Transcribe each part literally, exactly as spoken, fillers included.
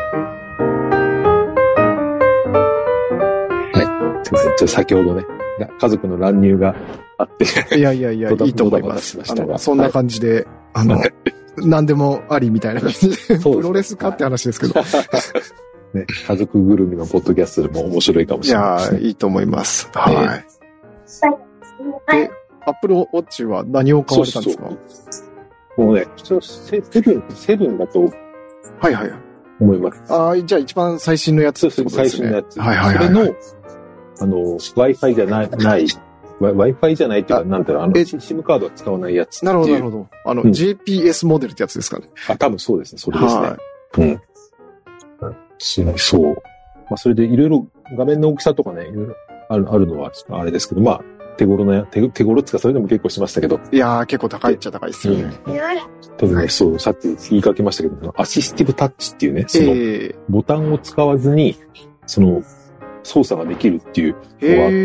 はい。すいません。ちょっと先ほどね、家族の乱入があって。 いやいやいや、いいと思います。あの、そんな感じで、はい、あの、何でもありみたいな感じで、プロレスかって話ですけど。 ね、家族ぐるみのポッドキャストでも面白いかもしれないですね。 いや、いいと思います。はい。で、Apple Watch は何を買われたんですか？そうそうもうね、セブン、セブンだと。 はいはい。 思います。 ああ、じゃあ一番最新のやつってことですね。 最新のやつ。 はいはいはい。 それの、あの、Wi-Fi じゃない、ない、Wi-Fi じゃないっていうか、なんだろう、あの、SIM カードは使わないやつ。 なるほどなるほど。あの、うん、ジーピーエス モデルってやつですかね。 あ、多分そうですね。それですね。はい。うん。そう。まあ、それでいろいろ画面の大きさとかね、いろいろある、あるのは、あれですけど、まあ、手頃な、手、手頃っていうか、それでも結構しましたけど。 いやー、結構高いっちゃ高いですよね。 うん。多分ね、そう、さっき言いかけましたけど、アシスティブタッチっていうね、その、ボタンを使わずに、その、操作ができるっていうのがあって、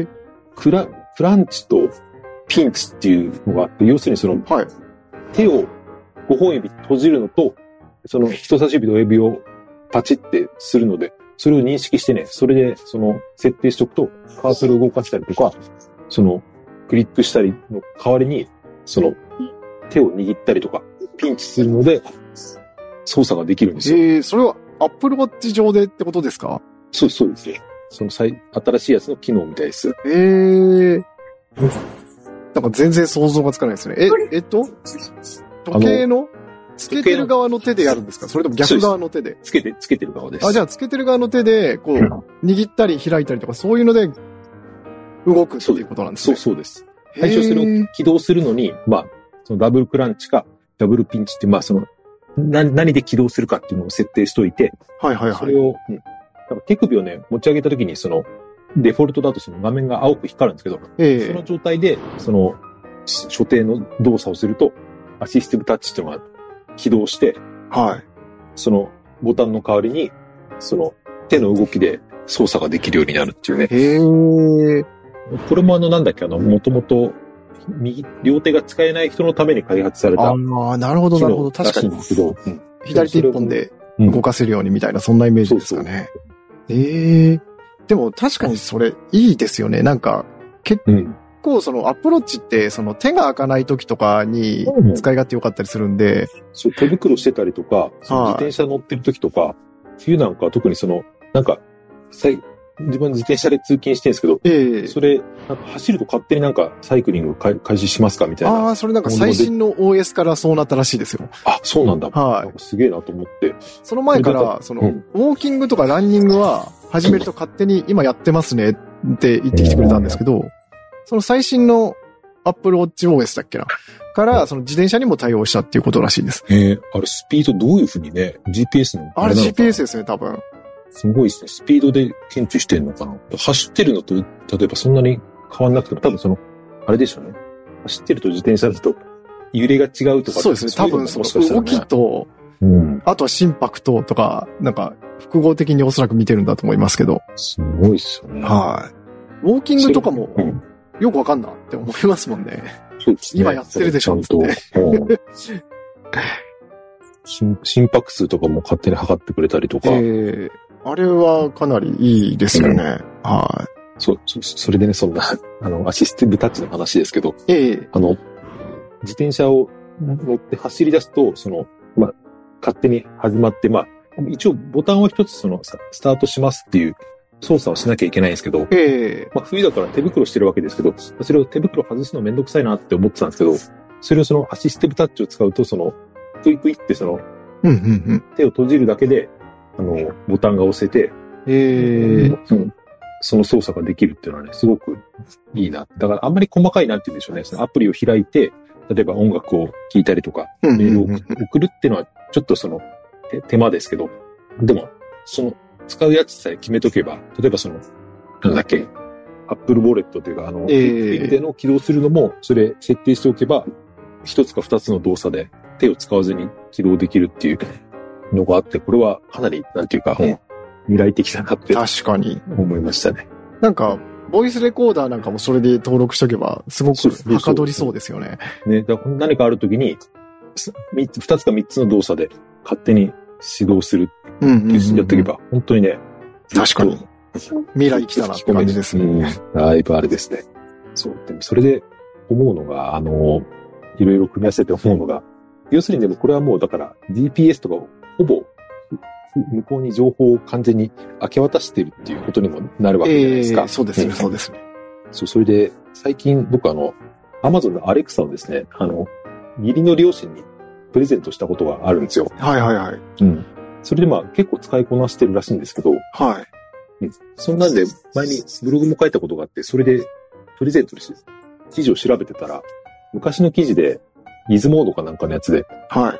クラ、クランチとピンチっていうのがあって、要するにその、はい、手をごほん指閉じるのと、その人差し指と親指をパチってするので、それを認識してね、それでその設定しておくと、カーソルを動かしたりとか、そのクリックしたりの代わりに、その手を握ったりとか、ピンチするので、操作ができるんですよ。 えー、それは Apple Watch 上でってことですか？ そう、そうですね。その最、新しいやつの機能みたいです。 えー。なんか全然想像がつかないですね。え、えっと時計のつけてる側の手でやるんですか？それとも逆側の手で？ つけて、つけてる側です。 あ、じゃあつけてる側の手で、こう、握ったり開いたりとか、そういうので、動くっていうことなんですね。 そう、そうです。最初それを起動するのに、まあ、そのダブルクランチか、ダブルピンチって、まあその、な、何で起動するかっていうのを設定しといて、 はいはいはい。 それを、うん、なんか手首をね、持ち上げたときに、その、デフォルトだとその画面が青く光るんですけど、えー、その状態で、その、所定の動作をすると、アシスティブタッチっていうのが起動して、 はい。 そのボタンの代わりに、その手の動きで操作ができるようになるっていうね。 へー。 これもあの、なんだっけ、あの、もともと、右、両手が使えない人のために開発された。 ああ、なるほどなるほど。確かに。うん、左手一本で動かせるようにみたいな、そんなイメージですかね。そうそうええー。でも確かにそれいいですよね。なんか、結構そのアプローチってその手が開かない時とかに使い勝手良かったりするんで。 そう、手袋してたりとか、その自転車乗ってる時とか、冬なんかは特にその、なんか、自分自転車で通勤してるんですけど、ええ、それ、なんか走ると勝手になんかサイクリング開始しますかみたいな。 ああ、それなんか最新の オーエス からそうなったらしいですよ。 あ、そうなんだ。 はい。 なんかすげえなと思って。 その前から、その、うん、ウォーキングとかランニングは始めると勝手に今やってますねって言ってきてくれたんですけど、その最新の Apple Watch オーエス だっけなから、その自転車にも対応したっていうことらしいです。 ええ、あれスピードどういう風にね、ジーピーエス のあれ ジーピーエス ですね、多分。 すごいですね。スピードで検知してんのかな。走ってるのと、例えばそんなに変わんなくても、多分その、あれでしょうね。走ってると自転車だと揺れが違うとか。 そうですね。多分その動きと、うん、あとは心拍ととか、なんか複合的におそらく見てるんだと思いますけど。 すごいっすよね。 はい。ウォーキングとかも、よくわかんなって思いますもんね。 そうですね。 今やってるでしょ、つって。 心, 心拍数とかも勝手に測ってくれたりとか。 えー、あれはかなりいいですよね。うん、はい。 そう、そ、それでね、そんな、あの、アシスティブタッチの話ですけど、 えー、 あの、自転車を乗って走り出すと、その、まあ、勝手に始まって、まあ、一応ボタンは一つその、スタートしますっていう操作をしなきゃいけないんですけど、 えー、 まあ、冬だから手袋してるわけですけど、それを手袋外すのめんどくさいなって思ってたんですけど、それをそのアシスティブタッチを使うと、その、クイクイってその、 うんうんうん、 手を閉じるだけで、あの、ボタンが押せて、 えー、 その、その操作ができるっていうのはね、すごくいいな。だからあんまり細かいなんて言うんでしょうね。そのアプリを開いて、例えば音楽を聴いたりとか、メールを送るっていうのはちょっとその手、手間ですけど、でも、その使うやつさえ決めとけば、例えばその、なんだっけ、Apple Wallet というか、あの、えー、での起動するのも、それ設定しておけば、一つか二つの動作で手を使わずに起動できるっていうのがあって、これはかなり、なんていうか、うん、未来的だなって確かに思いましたね。 なんかボイスレコーダーなんかもそれで登録しとけばすごくはかどりそうですよね。 ね、だから何かあるときに二つか三つの動作で勝手に始動するやっていけば、本当にね。 確かに。未来来たなって感じですね。うん、 だいぶあれですね。そう。でもそれで思うのが、あの、いろいろ組み合わせて思うのが、要するにでもこれはもうだから ジーピーエス とかほぼ向こうに情報を完全に明け渡してるっていうことにもなるわけじゃないですか。 えー、そうですね、そうですね。 そう、それで最近僕あの、Amazon の Alexa をですね、あの、義理の両親にプレゼントしたことがあるんですよ。 はいはいはい。 うん。それでまあ結構使いこなしてるらしいんですけど。 はい。 うん。そんなんで前にブログも書いたことがあって、それでプレゼントして記事を調べてたら、昔の記事で、イズモードかなんかのやつで。 はい。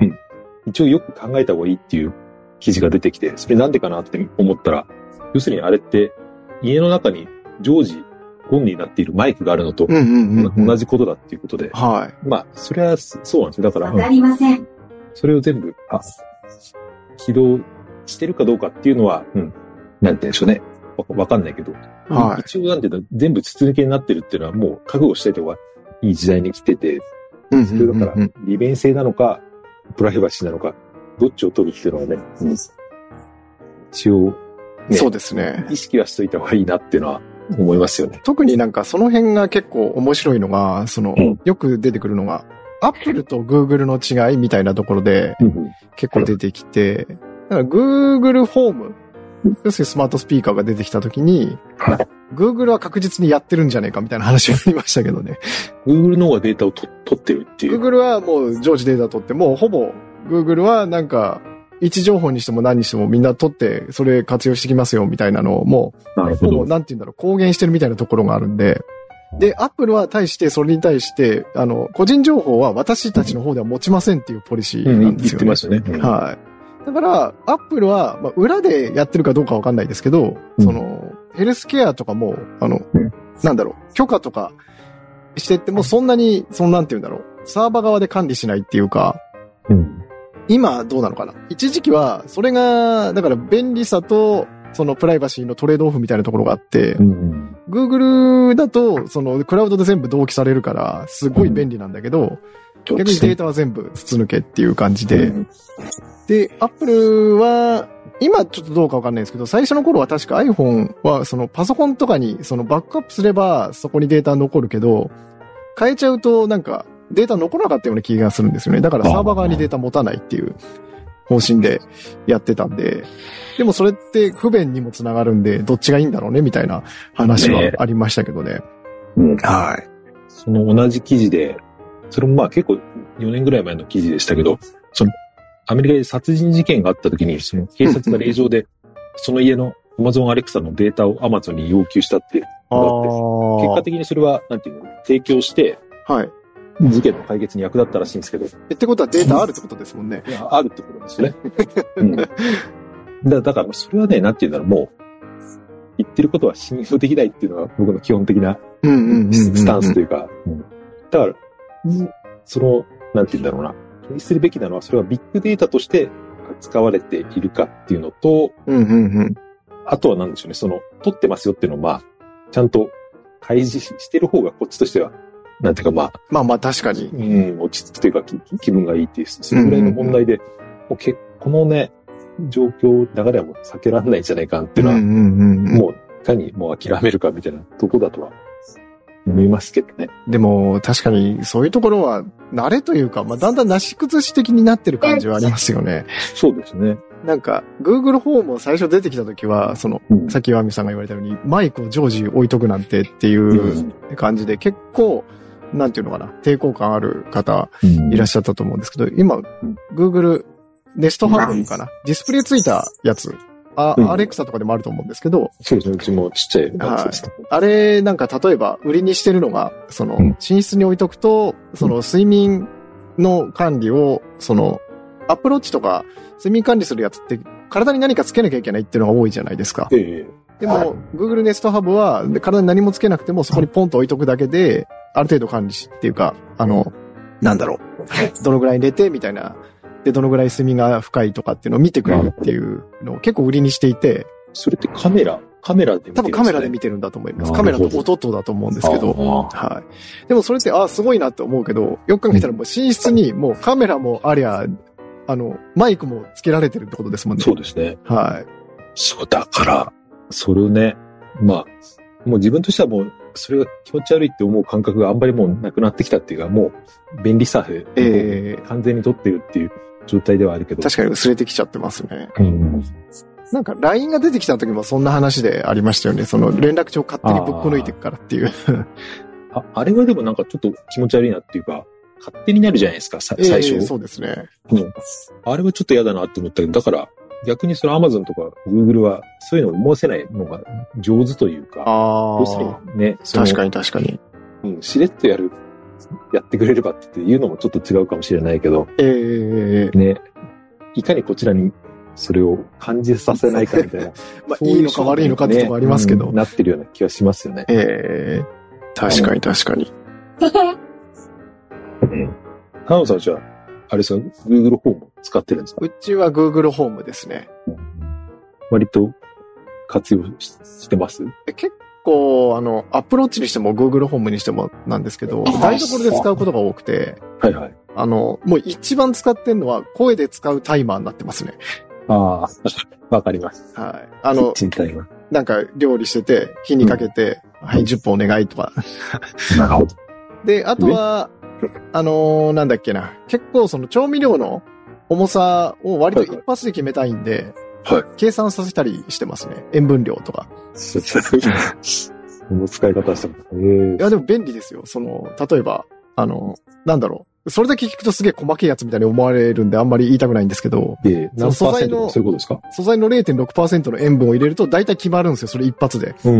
うん。一応よく考えた方がいいっていう記事が出てきて、それなんでかなって思ったら、要するにあれって家の中に常時オンになっているマイクがあるのと同じことだっていうことで。 はい。 まあ、それはそうなんですよ。だから。 わかりません。 それを全部、あ、起動してるかどうかっていうのは、うん。なんて言うんでしょうね。わ, わかんないけど。はい。一応なんていうの、全部筒抜けになってるっていうのはもう覚悟しておいた方がいい時代に来てて。うん。それだから、利便性なのか、プライバシーなのか、どっちを取るっていうのはね、うん、一応、 ね、そうですね。 意識はしといた方がいいなっていうのは思いますよね。 特になんかその辺が結構面白いのが、その、うん、よく出てくるのが、Apple と Google の違いみたいなところで、結構出てきて、だから Google ホーム、要するにスマートスピーカーが出てきたときに、はい、Google は確実にやってるんじゃねえかみたいな話がありましたけどね。 Google の方がデータをと取ってるっていう。 Google はもう常時データ取って、もうほぼ Google はなんか、位置情報にしても何にしてもみんな取ってそれ活用してきますよみたいなのをもう、なるほど。もうなんて言うんだろう、公言してるみたいなところがあるんで、で、Apple は対して、それに対して、あの、個人情報は私たちの方では持ちませんっていうポリシーなんですよね。うん、言ってましたね。うん、 はい。だから、Apple は、まあ、裏でやってるかどうかわかんないですけど、うん、その、ヘルスケアとかも、あの、うん、なんだろう、許可とかしてってもそんなに、そんなんて言うんだろう、サーバー側で管理しないっていうか、うん、今どうなのかな。一時期は、それが、だから便利さと、そのプライバシーのトレードオフみたいなところがあって、うん、Google だと、そのクラウドで全部同期されるから、すごい便利なんだけど、うん、逆にデータは全部筒抜けっていう感じで、うん、で、Apple は、今ちょっとどうかわかんないんですけど、最初の頃は確か iPhone は、そのパソコンとかにそのバックアップすれば、そこにデータ残るけど、変えちゃうとなんかデータ残らなかったような気がするんですよね。だからサーバー側にデータ持たないっていう方針でやってたんで、でもそれって不便にもつながるんで、どっちがいいんだろうねみたいな話はありましたけどね。ねうん、はい。その同じ記事で、それもまあ結構よねんぐらい前の記事でしたけど、そのアメリカで殺人事件があった時に、その警察が令状で、その家の Amazon Alexa のデータを Amazon に要求したっていうのがあって、結果的にそれは、なんていうの、提供して、 はい。 事件の解決に役立ったらしいんですけど。 え、ってことはデータあるってことですもんね。 いや、あるってことですね。うん、だ, だから、それはね、なんていうんだろう、もう、言ってることは信用できないっていうのが僕の基本的なスタンスというか、うん、だから、その、なんていうんだろうな、気にするべきなのは、それはビッグデータとして使われているかっていうのと、 うんうんうん、 あとはなんでしょうね、その、取ってますよっていうのを、まあ、ちゃんと開示してる方がこっちとしては、なんていうかまあ。 まあまあ確かに。 うん、落ち着くというか気分がいいっていう、それぐらいの問題で、うんうんうん、もうけこのね、状況、流れはもう避けられないんじゃないかっていうのは、うんうんうんうん、もういかにもう諦めるかみたいなとこだとは思いますけどね。 でも確かにそういうところは慣れというか、まあだんだんなし崩し的になってる感じはありますよね。 そうですね。 なんか、Google ホーム最初出てきた時は、その、うん、さっき岩見さんが言われたように、マイクを常時置いとくなんてっていう感じで、結構、なんていうのかな、抵抗感ある方いらっしゃったと思うんですけど、うん、今、Google Nest Hub かな、ディスプレイついたやつ、あ、うん、Alexa とかでもあると思うんですけど、 そうですね、うちもちっちゃいやつですね。 はい、あれ、なんか例えば売りにしてるのが、その、うん、寝室に置いとくと、その睡眠の管理を、その、アップローチとか、睡眠管理するやつって、体に何かつけなきゃいけないっていうのが多いじゃないですか。 ええ、 でも、Google Nest Hub は、体に何もつけなくても、そこにポンと置いとくだけで、ある程度管理しっていうか、あの、なんだろう。どのぐらい寝て、みたいな。で、どのぐらい睡眠が深いとかっていうのを見てくれるっていうのを結構売りにしていて。 それってカメラカメラで見てるんですかね？ 多分カメラで見てるんだと思います。カメラと音とだと思うんですけど。はい。でもそれって、あ、すごいなって思うけど、よく考えたらもう寝室にもうカメラもありゃ、 あの、マイクもつけられてるってことですもんね。 そうですね。 はい。 そう、だから、それをね、まあ、もう自分としてはもう、それが気持ち悪いって思う感覚があんまりもうなくなってきたっていうか、もう、便利さで、えー、完全に取ってるっていう状態ではあるけど。 確かに薄れてきちゃってますね。 うん。 なんか ライン が出てきた時もそんな話でありましたよね。その連絡帳勝手にぶっこ抜いていくからっていう。 あ, あれはでもなんかちょっと気持ち悪いなっていうか、勝手になるじゃないですか、最初。えー、 そうですね。 うん。あれはちょっと嫌だなって思ったけど、だから逆にその Amazon とか Google はそういうのを思わせないのが上手というか、 あ要するにね、 確かに確かに。 うん、しれっとやる、やってくれればっていうのもちょっと違うかもしれないけど、 えー、 ね、いかにこちらにそれを感じさせないかみたいな。 まあ、いいのか悪いのかってとこありますけど、 ねうん。なってるような気がしますよね。 ええー、確かに確かに。 うん。花野さんじゃあ、あれですか、Google ホーム使ってるんですか？ うちは Google ホームですね。 割と活用 し, してます結構、あの、アプローチにしても Google ホームにしてもなんですけど、台所で使うことが多くて、 はいはい。 あの、もう一番使ってんのは声で使うタイマーになってますね。 ああ、わかります。 はい。あの、 キッチンタイマー。 なんか料理してて、火にかけて、うん、はい、じゅっぷんお願いとか。 なるほど。 で、あとは、あのー、なんだっけな。結構その調味料の重さを割と一発で決めたいんで、 はい。 計算させたりしてますね。塩分量とか。 その使い方してます。いや、でも便利ですよ。その、例えば、あの、なんだろう。それだけ聞くとすげえ細けいやつみたいに思われるんであんまり言いたくないんですけど。 ええ、何パーセントそういうことですか？ 素材の れいてんろくパーセント の塩分を入れると大体決まるんですよ。それ一発で。 うん。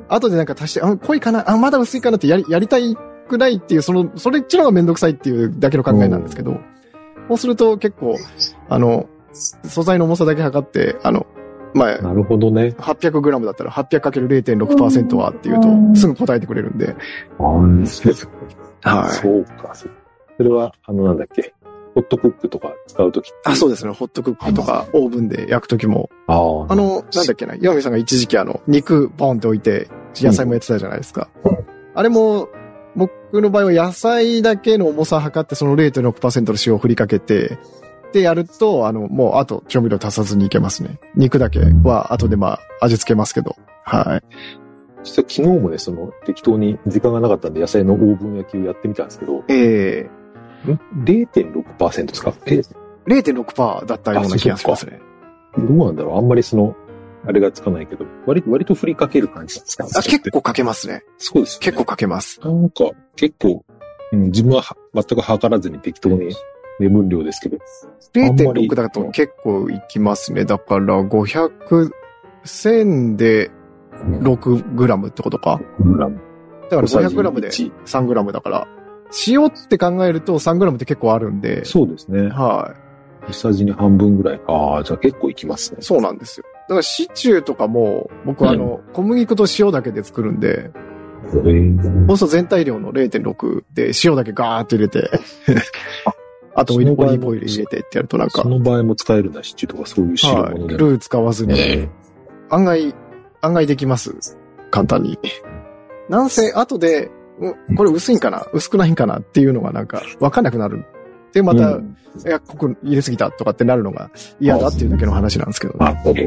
後でなんか足して、あ、濃いかなあ、まだ薄いかなってやり、やりたいくないっていう、その、それっちのがめんどくさいっていうだけの考えなんですけど。そうすると結構、あの、素材の重さだけ測って、あの、まあ、 なるほどね。 はっぴゃくグラム だったら はっぴゃくかけるれいてんろくパーセント はっていうと、すぐ答えてくれるんで。 はい。そうか。それは、あの、なんだっけ。ホットクックとか使うとき。 あ、そうですね。ホットクックとか、オーブンで焼くときも。 ああの、なんだっけな。岩見さんが一時期あの、肉ポンって置いて、野菜もやってたじゃないですか。うん、あれも、僕の場合は野菜だけの重さを測って、その れいてんろくパーセント の塩を振りかけて、でやると、あの、もう、あと、調味料足さずにいけますね。肉だけは、後でまあ、味付けますけど。はい。 実は昨日もね、その、適当に時間がなかったんで、野菜のオーブン焼きをやってみたんですけど。 ええー、れいてんろくパーセント ですか？えれいてんろくパーセント だったような気がしますね。 どうなんだろうあんまりその、あれがつかないけど、割、割と振りかける感じですか？ あ、結構かけますね。 そうですね。 結構かけます。 なんか、結構、うん、自分は全く測らずに適当に、目分量ですけど。 れいてんろく だと結構いきますね。だからごひゃく、せんでろくグラムってことか。 グラム。 だからごひゃくグラムでさんグラムだから。塩って考えるとさんグラムって結構あるんで。 そうですね。 はい。 小さじに半分ぐらい。ああ、じゃあ結構いきますね。 そうなんですよ。だからシチューとかも、僕はあの、うん、小麦粉と塩だけで作るんで、 えー、 そうすると全体量の れいてんろく で塩だけガーッと入れて、あとオリーブオイル入れてってやるとなんか。 その場合も使えるんだ、シチューとかそういう白物で、 はい。ルー使わずに、えー、案外、案外できます。簡単に。なんせ、後で、これ薄いんかな薄くないんかなっていうのがなんか、わかんなくなる。で、また、うん、いや、ここ入れすぎたとかってなるのが嫌だっていうだけの話なんですけどね。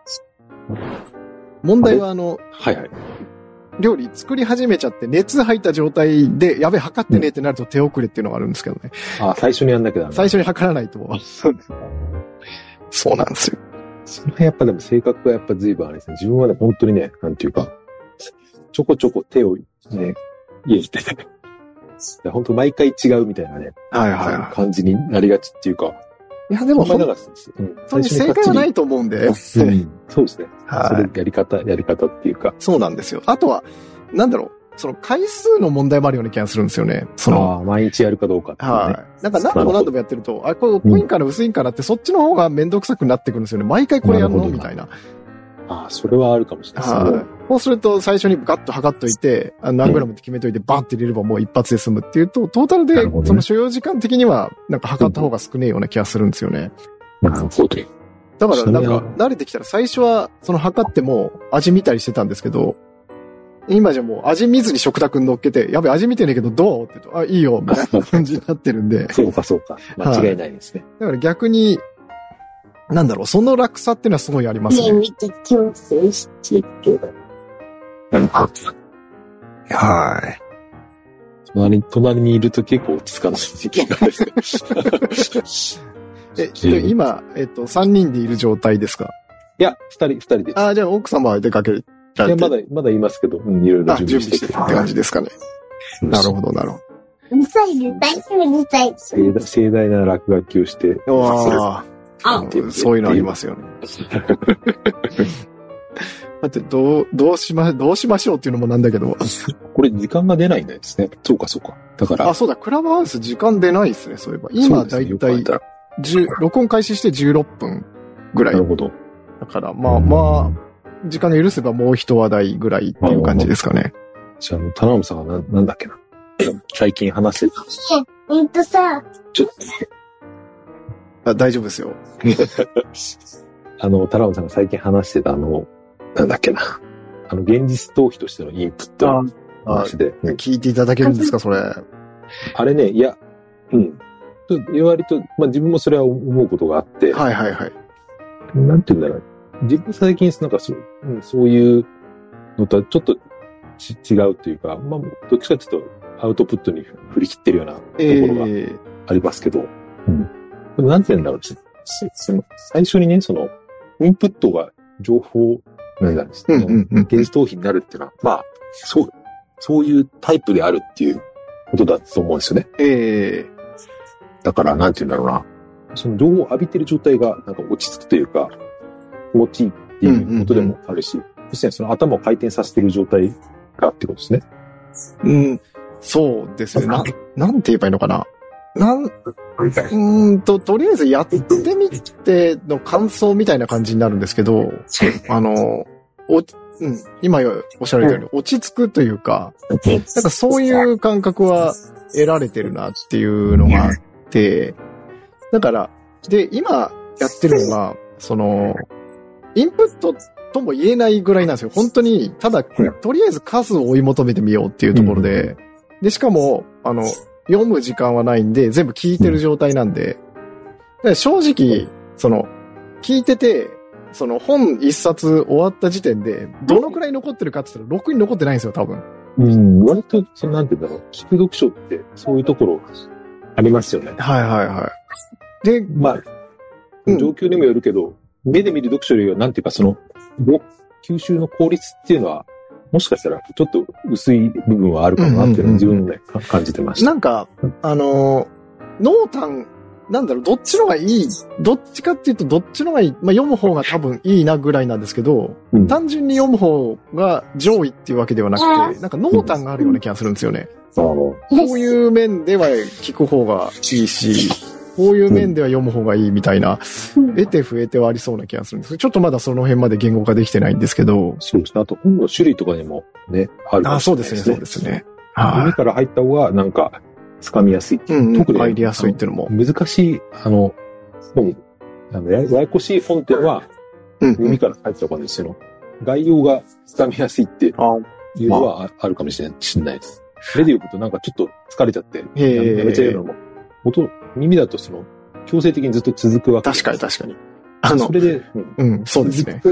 問題はあの、 はいはい。 料理作り始めちゃって熱入った状態で、やべえ、測ってねってなると手遅れっていうのがあるんですけどね。 うん、あ、最初にやんなきゃダメ。 最初に測らないと。そうです。そうなんですよ。 その辺やっぱでも性格がやっぱ随分あれですね。自分はね、本当にね、なんていうか、ちょこちょこ手をね、入れて、本当毎回違うみたいなね。 はいはいはい。 感じになりがちっていうか。 いや、でも、本当に正解はないと思うんで。 うん、そうですね。はい。それやり方、やり方っていうか。 そうなんですよ。あとは、なんだろう。その回数の問題もあるような気がするんですよね。その。 ああ、毎日やるかどうかっていうね。 はい。なんか何度も何度もやってると、あ、これ濃いんかな薄いんかなって、そっちの方がめんどくさくなってくるんですよね。毎回これやるのみたいな。 ああ、それはあるかもしれないですね。はい。そうすると最初にガッと測っといて、あ何グラムって決めといてバンって入れればもう一発で済むっていうと、トータルでその所要時間的にはなんか測った方が少ねえような気がするんですよね。 なるほど。 だからなんか慣れてきたら最初はその測っても味見たりしてたんですけど、 今じゃもう味見ずに食卓に乗っけて、やべ、味見てねえけどどうって言うと、あ、いいよ、みたいな感じになってるんで。 そうかそうか。間違いないですね。 はい、だから逆に、なんだろう、その楽さっていうのはすごいありますね。 ね、めっちゃ強制してる。 はい。 隣、隣にいると結構落ち着かない時期なんですね。 え、今、えっと、三人でいる状態ですか？ いや、二人、二人です。 ああ、じゃあ奥様は出かける。 いや、まだ、まだいますけど、うん、いろいろ準備してるって感じですかね。なるほど、なるほど。 うるさい、うるさい、うるさい。 盛大、盛大な落書きをして。 ああ、そういうのありますよね。だって、どう、どうしま、どうしましょうっていうのもなんだけど。 これ時間が出ないんですね。そうか、そうか。だから。 あ、そうだ、クラブハウス時間出ないですね、そういえば。今、だいたい、録音開始してじゅうろっぷんぐらい。 なるほど。 だから、まあまあ、時間が許せばもう一話題ぐらいっていう感じですかね。 じゃあ、田辺さんはな、なんだっけな。最近話してた。 えっとさ、 ちょっと。あ、大丈夫ですよ。 あの、田辺さんが最近話してたあの、なんだっけな。あの、現実逃避としてのインプットの話で。 聞いていただけるんですか、それ。 あれね、いや、うん。割と、まあ自分もそれは思うことがあって。 はいはいはい。 なんていうんだろう。自分最近、なんかそ、うん、そういうのとはちょっとち違うというか、まあ、どっちかというとアウトプットに振り切ってるようなところがありますけど、えー、うん。なんていうんだろう。その最初にね、その、インプットが情報、なんだろう、現実逃避になるっていうのは、まあ、そう、そういうタイプであるっていうことだと思うんですよね。 ええー。だから、なんていうんだろうな。その情報を浴びてる状態が、なんか落ち着くというか、気持ちいいっていうことでもあるし、そしてその頭を回転させている状態がってことですね。 うん、そうですね。な、なんて言えばいいのかな。なん、うーんと、とりあえずやってみての感想みたいな感じになるんですけど、あの、お、うん、今おっしゃられたように落ち着くというか、なんかそういう感覚は得られてるなっていうのがあって、だから、で、今やってるのが、その、インプットとも言えないぐらいなんですよ。本当に、ただ、とりあえず数を追い求めてみようっていうところで、で、しかも、あの、読む時間はないんで、全部聞いてる状態なんで、で正直、その、聞いてて、その本一冊終わった時点で、どのくらい残ってるかって言ったら、ろくに残ってないんですよ、多分。 うん、割と、その、なんて言うんだろう、聞く読書って、そういうところ、ありますよね。 はいはいはい。で、 まあ、状況にもよるけど、うん、目で見る読書よりは、なんていうか、その、吸収の効率っていうのは、もしかしたら、ちょっと薄い部分はあるかなっていうのを自分で感じてました。 なんか、あのー、濃淡、なんだろう、どっちのがいい、どっちかっていうと、どっちのがいい、まあ、読む方が多分いいなぐらいなんですけど、うん、単純に読む方が上位っていうわけではなくて、なんか濃淡があるような気がするんですよね。うん、こういう面では聞く方がいいし、こういう面では読む方がいいみたいな、うん、得て増えてはありそうな気がするんですけど、ちょっとまだその辺まで言語化できてないんですけど。 そうですね。あと、本の種類とかにもね、あるかもしれないですね。 あ、そうですね、そうですね。 耳から入った方が、なんか、掴みやすいっていう。 うんうん、特に入りやすいっていうのも。 難しい、あの、本、あのややこしい本っていうのは、耳から入った方がですよ。概要が掴みやすいっていうのはあるかもしれないです。目で読むとなんかちょっと疲れちゃって、やめちゃうのも。音、耳だとその、強制的にずっと続くわけです。 確かに確かに。あの、 それで、 うん、うん、そうですね。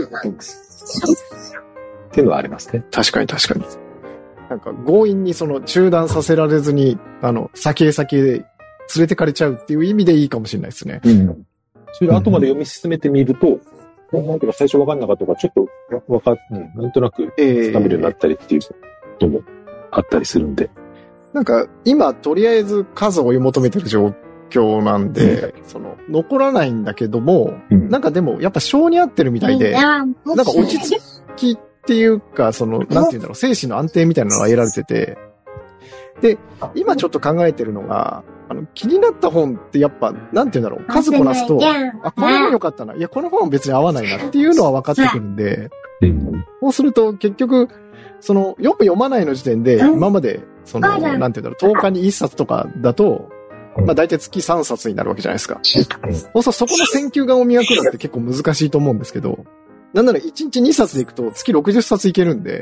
っていうのはありますね。 確かに確かに。なんか強引にその中断させられずに、あの、先へ先へ連れてかれちゃうっていう意味でいいかもしれないですね。 うん。それで後まで読み進めてみると、うん、なんていうか最初わかんなかったとか、ちょっとわかっ、うん、なんとなくつかめるようになったりっていうこともあったりするんで。 なんか今とりあえず数を追い求めてる状況なんで、うん、その残らないんだけども、うん、なんかでもやっぱ性に合ってるみたいで、なんか落ち着きっていうか、その、なんて言うんだろう、精神の安定みたいなのが得られてて、で、今ちょっと考えてるのが、あの、気になった本ってやっぱ、なんて言うんだろう、数こなすと、あ、この本良かったな。いや、この本は別に合わないなっていうのは分かってくるんで、うん、そうすると結局、その、読む読まないの時点で、今まで、その、なんて言うんだろう、とおかにいっさつとかだと、まあ大体月さんさつになるわけじゃないですか。そうするとそこの選球眼を磨くのって結構難しいと思うんですけど、なんならいちにちにさつでいくと月ろくじゅっさついけるんで、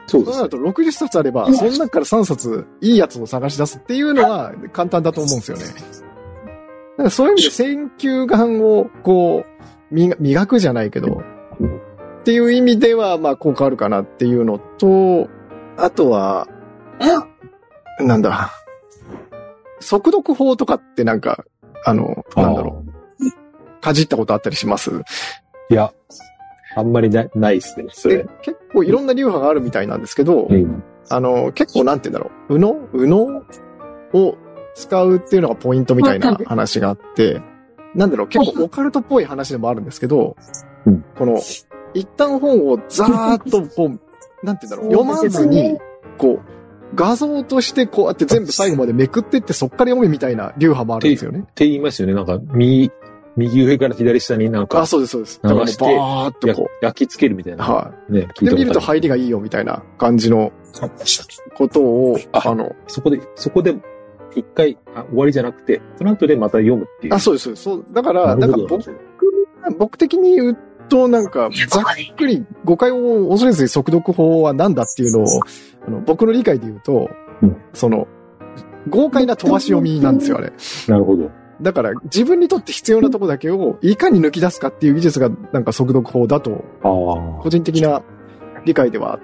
そうです。 そうなるとろくじゅっさつあれば、その中からさんさついいやつを探し出すっていうのは簡単だと思うんですよね。だからそういう意味で選球眼をこう、磨くじゃないけど、っていう意味では、まあ効果あるかなっていうのと、あとは、なんだ、速読法とかってなんか、あの、なんだろう、かじったことあったりします？ いや、あんまりな、ないですね、それ。 結構いろんな流派があるみたいなんですけど、うん、あの、結構なんて言うんだろう、右脳右脳を使うっていうのがポイントみたいな話があって、なんだろう、結構オカルトっぽい話でもあるんですけど、うん、この、一旦本をザーッとこう、なんて言うんだろう、読まずに、こう、画像としてこうやって全部最後までめくってってそっから読むみたいな流派もあるんですよね。 って言いますよね。なんか、右、右上から左下になんか。 あ、そうです、そうです。だからもうバーっとこう。 焼き付けるみたいな。 はい。ね、聞いで見ると入りがいいよみたいな感じのことを、あ, あの、 そこで、そこで一回あ終わりじゃなくて、その後でまた読むっていう。 あ、そうです、そうです。だから、なんか僕、僕的に言うと、なんか、ざっくり誤解を恐れずに速読法は何だっていうのを、あの僕の理解で言うと、うん、その、豪快な飛ばし読みなんですよ、あれ。 なるほど。 だから、自分にとって必要なとこだけを、いかに抜き出すかっていう技術が、なんか速読法だと、個人的な理解ではあって。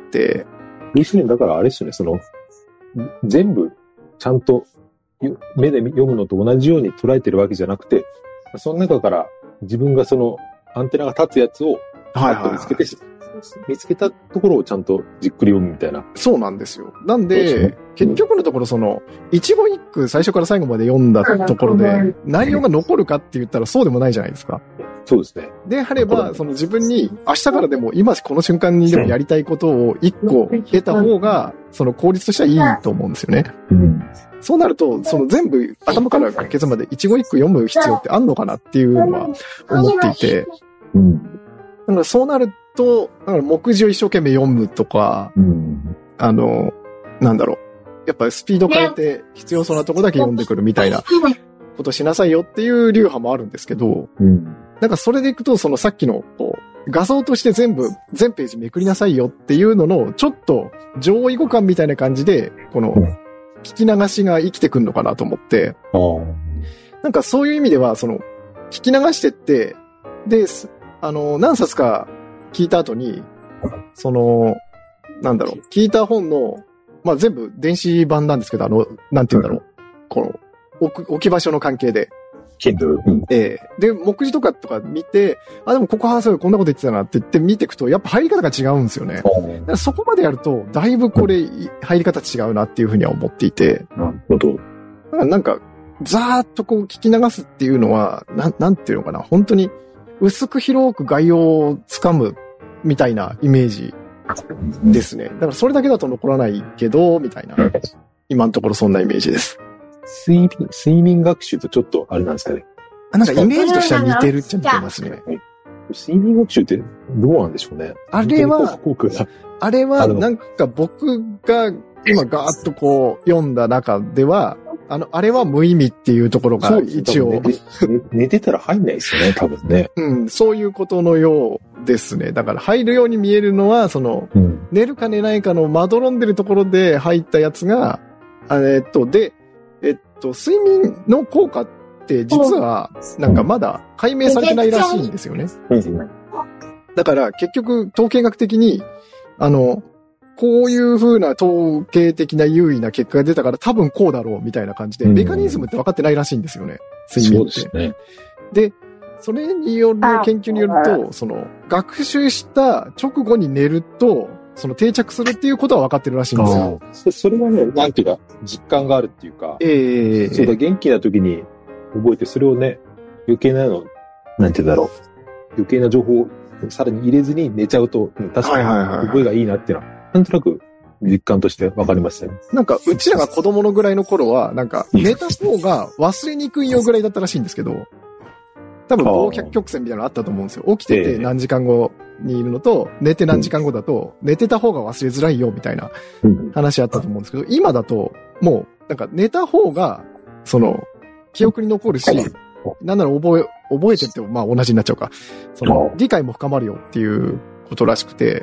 要するに、だからあれですよね、その、全部、ちゃんと、目で読むのと同じように捉えてるわけじゃなくて、その中から自分がその、アンテナが立つやつを、はいはいはい、見つけて、見つけたところをちゃんとじっくり読むみたいな。 そうなんですよ。なんで、ね、結局のところその、一語一句最初から最後まで読んだところで、内容が残るかって言ったらそうでもないじゃないですか。 そうですね。 であれば、その自分に明日からでも今この瞬間にでもやりたいことを一個得た方が、その効率としてはいいと思うんですよね。うん、そうなると、その全部頭からケツまで一語一句読む必要ってあんのかなっていうのは思っていて、うん、だからそうなると、だから目次を一生懸命読むとか、うん、あの、なんだろう。やっぱりスピード変えて必要そうなとこだけ読んでくるみたいなことしなさいよっていう流派もあるんですけど、うん、なんかそれでいくと、そのさっきのこう画像として全部、全ページめくりなさいよっていうのの、ちょっと上位互換みたいな感じで、この聞き流しが生きてくんのかなと思って、うん、なんかそういう意味では、その聞き流してって、で、あの、何冊か聞いた後に、その、なんだろう、聞いた本の、まあ、全部電子版なんですけど、あの、なんて言うんだろう、この、置く、置き場所の関係で。 Kindle。うん、 ええー。で、目次とかとか見て、あ、でもここはそうこんなこと言ってたなって言って見ていくと、やっぱ入り方が違うんですよね。だからそこまでやると、だいぶこれ、入り方違うなっていうふうには思っていて。 なるほど。 だからなんか、ざーっとこう聞き流すっていうのは、なん、なんていうのかな、本当に、薄く広く概要をつかむみたいなイメージですね。だからそれだけだと残らないけど、みたいな。今のところそんなイメージです。 睡眠、睡眠学習とちょっとあれなんですかね。 あ、なんかイメージとしては似てるっちゃ似てますね。 睡眠学習ってどうなんでしょうね。 あれは、あれはなんか僕が今ガーッとこう読んだ中では、あの、あれは無意味っていうところが一応。 寝て、寝てたら入んないですよね、多分ね。 うん、そういうことのようですね。だから入るように見えるのは、その、うん、寝るか寝ないかのまどろんでるところで入ったやつが、えっと、で、えっと、睡眠の効果って実は、なんかまだ解明されてないらしいんですよね。だから結局、統計学的に、あの、こういう風な統計的な優位な結果が出たから多分こうだろうみたいな感じで、メカニズムって分かってないらしいんですよね。睡眠って。 そうですね。 で、それによる研究によると、その、学習した直後に寝ると、その定着するっていうことは分かってるらしいんですよ。 そ, それはね、なんていうか、実感があるっていうか、ええー。そうだ、元気な時に覚えて、それをね、余計なの、なんていうんだろう、余計な情報をさらに入れずに寝ちゃうと、うん、確かに覚えがいいなっていうのは、なんとなく実感として分かりましたね。 なんか、うちらが子供のぐらいの頃は、なんか、寝た方が忘れにくいよぐらいだったらしいんですけど、多分、忘却曲線みたいなのあったと思うんですよ。起きてて何時間後にいるのと、寝て何時間後だと、寝てた方が忘れづらいよみたいな話あったと思うんですけど、今だと、もう、なんか寝た方が、その、記憶に残るし、なんなら覚え、覚えてってもまあ同じになっちゃうか。その、理解も深まるよっていうことらしくて、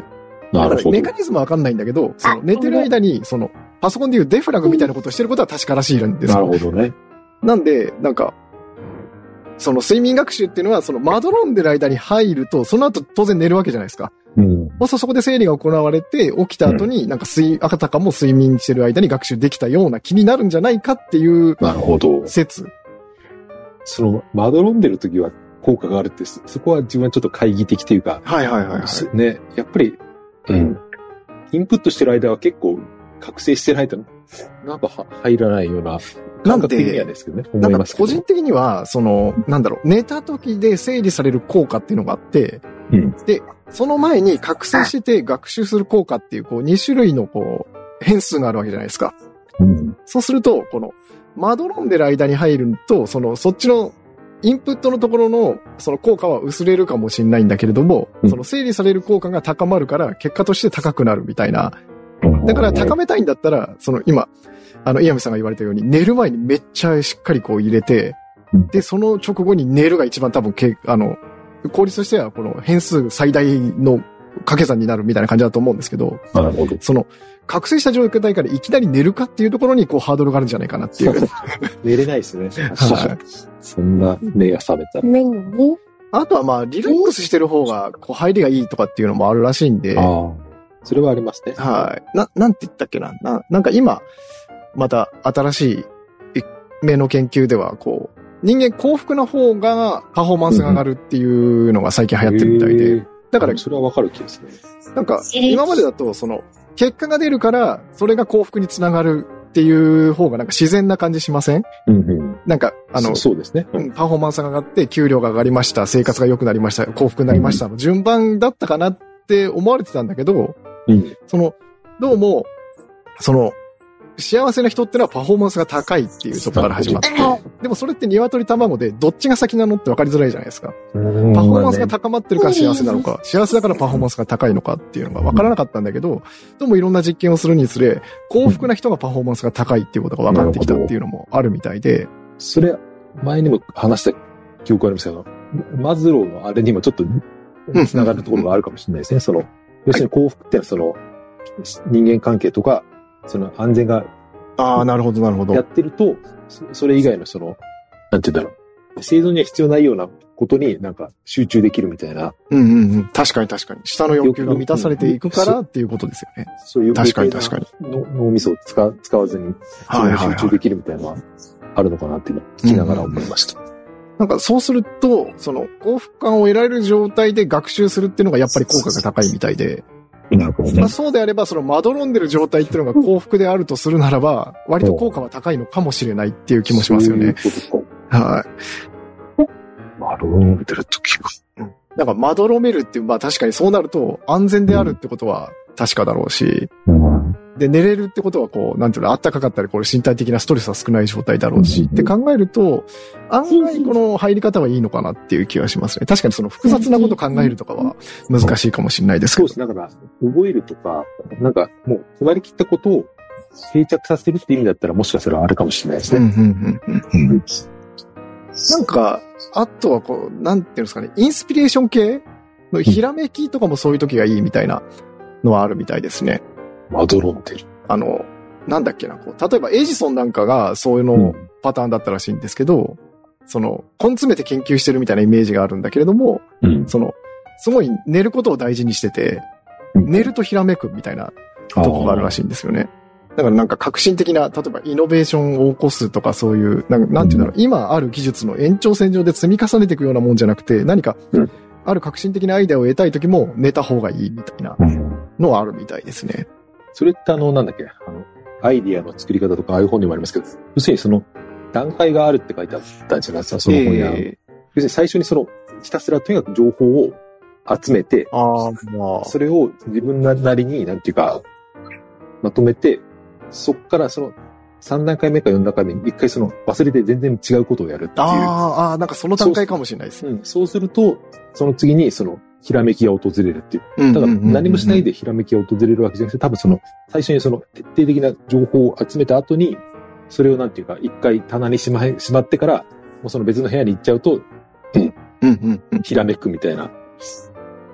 なるほど。 メカニズムはわかんないんだけど、その寝てる間に、その、パソコンでいうデフラグみたいなことをしてることは確からしいんですよ。 なるほどね。 なんで、なんか、その睡眠学習っていうのは、そのまどろんでる間に入ると、その後当然寝るわけじゃないですか。 うん。 そうするとそこで生理が行われて、起きた後になんか睡、あたかも睡眠してる間に学習できたような気になるんじゃないかっていう。 なるほど。 説。 その、まどろんでる時は効果があるって、そこは自分はちょっと懐疑的というか。 はいはいはい、はい。 ね、やっぱり、うん。インプットしてる間は結構、覚醒してないと、なんか入らないような。感覚的にはですけどね。思いますけど。 個人的には、その、なんだろう、寝た時で整理される効果っていうのがあって、 うん、 で、その前に覚醒して学習する効果っていう、こう、に種類のこう、変数があるわけじゃないですか。 うん、 そうすると、この、まどろんでる間に入ると、その、そっちの、インプットのところの、その効果は薄れるかもしれないんだけれども、うん、その整理される効果が高まるから、結果として高くなるみたいな。だから高めたいんだったら、その今、あの、イヤミさんが言われたように、寝る前にめっちゃしっかりこう入れて、で、その直後に寝るが一番多分、け、あの、効率としてはこの変数最大の掛け算になるみたいな感じだと思うんですけど、 なるほど。 その、覚醒した状態からいきなり寝るかっていうところにこうハードルがあるんじゃないかなっていう。 寝れないですね。はい。そんな目が覚めたら。 何？ あとはまあ、リラックスしてる方が、こう入りがいいとかっていうのもあるらしいんで。 ああ。それはありますね。 はい。な、なんて言ったっけな。な、なんか今、また新しい目の研究では、こう、人間幸福な方がパフォーマンスが上がるっていうのが最近流行ってるみたいで。だから、 それはわかる気がする。 なんか、今までだと、その、結果が出るから、それが幸福につながるっていう方がなんか自然な感じしません？ うんうん。 なんか、あの、 そうですね。 うん、パフォーマンスが上がって、給料が上がりました、生活が良くなりました、幸福になりました、うん、順番だったかなって思われてたんだけど、 うん、 その、どうも、その、幸せな人ってのはパフォーマンスが高いっていうところから始まって、でもそれって鶏卵でどっちが先なのって分かりづらいじゃないですか。パフォーマンスが高まってるから幸せなのか、幸せだからパフォーマンスが高いのかっていうのが分からなかったんだけど、どうもいろんな実験をするにつれ、幸福な人がパフォーマンスが高いっていうことが分かってきたっていうのもあるみたいで。 それ、前にも話した記憶ありますけど、マズローのあれにもちょっと繋がるところがあるかもしれないですね。その、要するに幸福ってのはその、人間関係とか、その安全が、 ああ、なるほど、なるほど。 やってると、それ以外のその、なんて言うんだろう。生存には必要ないようなことになんか集中できるみたいな。 うんうんうん。確かに確かに。下の欲求が満たされていくからっていうことですよね。 そういう確かに確かに。 脳みそを使使わずに、集中できるみたいなのはあるのかなっていうのを聞きながら思いました。 うんうん、なんかそうすると、その幸福感を得られる状態で学習するっていうのがやっぱり効果が高いみたいで。 なるほどね。 まあそうであれば、そのまどろんでる状態っていうのが幸福であるとするならば、割と効果は高いのかもしれないっていう気もしますよね。 そういうことか。 はい。 まどろんでるときか。 うん。なんかまどろめるっていう、まあ確かにそうなると安全であるってことは確かだろうし、 うん、 で、寝れるってことはこう、なんていうの、暖かかったり、これ身体的なストレスは少ない状態だろうし、って考えると、案外この入り方はいいのかなっていう気がしますね。確かにその複雑なこと考えるとかは難しいかもしれないですけど。 そうです。だから、覚えるとか、なんかもう、決まりきったことを定着させるって意味だったら、もしかしたらあるかもしれないですね。 うんうんうんうん、なんか、あとはこう、なんていうんですかね、インスピレーション系のひらめきとかもそういう時がいいみたいなのはあるみたいですね。 まどろんでる。 あの、なんだっけな、こう、例えばエジソンなんかがそういうのパターンだったらしいんですけど、うん、その、根詰めて研究してるみたいなイメージがあるんだけれども、 うん、 その、すごい寝ることを大事にしてて、うん、寝るとひらめくみたいなとこがあるらしいんですよね。だからなんか革新的な、例えばイノベーションを起こすとかそういう、なん、なんていうんだろう、うん、今ある技術の延長線上で積み重ねていくようなもんじゃなくて、何か、ある革新的なアイデアを得たいときも寝た方がいいみたいなのはあるみたいですね。 それってあの、なんだっけ、あの、アイディアの作り方とか、ああいう本にもありますけど、要するにその、段階があるって書いてあったんじゃないですか、その本や。えー、要するに最初にその、ひたすらとにかく情報を集めて、 あまあ、 それを自分なりに、なんていうか、まとめて、そっからその、さん段階目かよん段階目に一回その、忘れて全然違うことをやるっていう。 ああ、なんかその段階かもしれないです。 そう、うん、そうすると、その次にその、ひらめきが訪れるっていう。ただ何もしないでひらめきが訪れるわけじゃなくて、多分その、最初にその徹底的な情報を集めた後に、それをなんていうか、一回棚にしま、しまってから、もうその別の部屋に行っちゃうと、うん、 うんうんうん、 ひらめくみたいな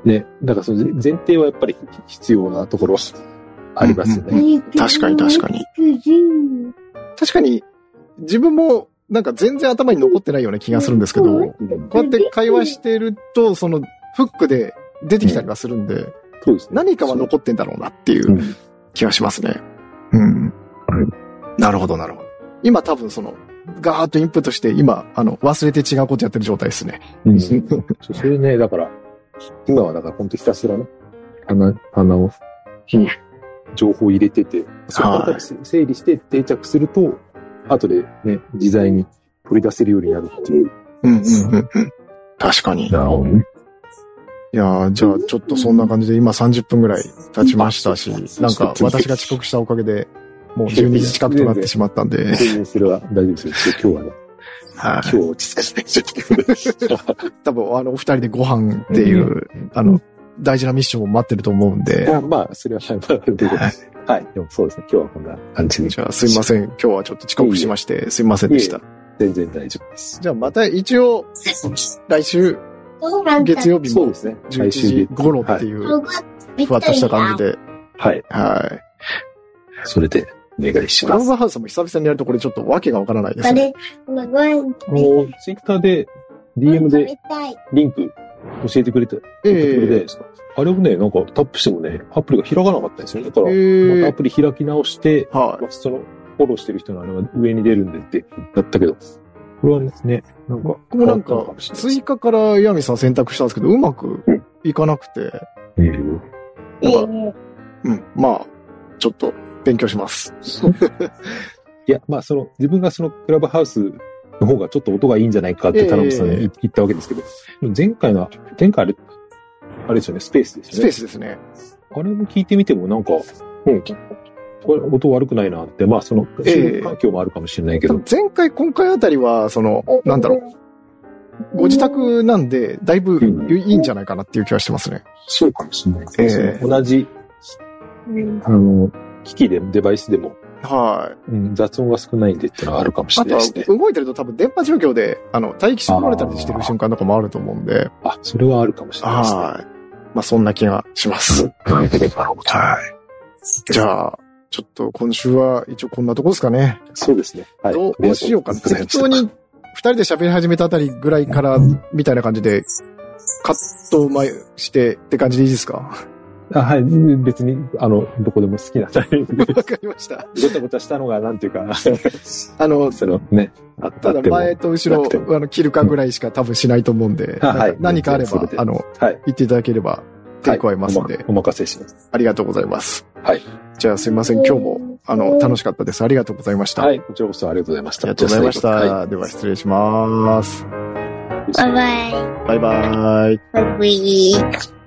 ね、だからその前提はやっぱり必要なところはありますよね。うんうん、 確かに確かに。確かに、自分もなんか全然頭に残ってないような気がするんですけど、こうやって会話してると、そのフックで出てきたりはするんで、うんそうですね、何かは残ってんだろうなっていう気がしますね。うん。なるほどなるほど。今多分その、ガーッとインプットして、今、あの、忘れて違うことやってる状態ですね。 うん、それね、だから、今はだから本当ひたすらね、穴、穴を、情報を入れてて、そこから整理して定着すると、後でね、自在に取り出せるようになるっていう。 うんうんうん。確かに。なるほどね。いやー、じゃあちょっとそんな感じで今さんじゅっぷんぐらい経ちましたし、なんか私が遅刻したおかげで、もうじゅうにじ近くとなってしまったんで。 それは大丈夫ですよ。今日はね。はい。今日は落ち着かない。 多分あのお二人でご飯っていう、あの、大事なミッションを待ってると思うんで。 あまあ、それは、はい。はい。でもそうですね。今日はこんな感じで。 じゃあすいません。今日はちょっと遅刻しまして、すいませんでした。 全然大丈夫です。 じゃあまた一応、来週、月曜日も、 そうですね。 じゅういちじ頃っていう、ふわっとした感じで。 はい。 はい。 それで、お願いします。 クラブハウスも久々にやるとこれちょっとわけがわからないですね。 もう、ツイッターで、ディーエム で、リンク、教えてくれて、えー、あれをね、なんかタップしてもね、アプリが開かなかったんですよね。だから、えー、またアプリ開き直して、はい、その、フォローしてる人のあれが上に出るんでってやったけど、これはですね、なんか、 僕もなんか、追加からヤミさん選択したんですけど、うまくいかなくて、えー、なんか、うん、まあ、ちょっと勉強します。 いや、まあ、その、自分がそのクラブハウスの方がちょっと音がいいんじゃないかって田辺さんに言ったわけですけど、えー、前回の、前回あれ、あれですよね、スペースですよね。 スペースですね。 あれも聞いてみてもなんか、うん、これ音悪くないなって、まあその、収録環境もあるかもしれないけど。 えー、前回、今回あたりは、その、なんだろう、ご自宅なんで、だいぶいいんじゃないかなっていう気はしてますね。うん、 そうかもしれないですね。えー、同じ、あの、機器でもデバイスでも、 はい、 うん。雑音が少ないんでっていうのはあるかもしれないですね。 あと動いてると多分電波状況で、あの、待機してもられたりしてる瞬間とかもあると思うんで。 あ、それはあるかもしれないですね。はい。 まあそんな気がします。はい。じゃあ、ちょっと今週は一応こんなとこですかね。 そうですね。 はい。どうしようかな。適当に二人で喋り始めたあたりぐらいからみたいな感じで、カット前してって感じでいいですか？ あ、はい。別に、あの、どこでも好きなタイミングで。 わかりました。 ごちゃごちゃしたのが、なんていうか、 あの、 そのね、 あったただ前と後ろ、あの、切るかぐらいしか多分しないと思うんで、うん、はい、何かあれば、あの、はい、言っていただければ、手加えますんで、はい、 お任せします。 ありがとうございます。 はい。 じゃあすいません。今日も、あの、楽しかったです。ありがとうございました。 はい。こちらこそありがとうございました。 ありがとうございました。はい、では失礼します。 バイバイ。 バイバイ。 バイバイ。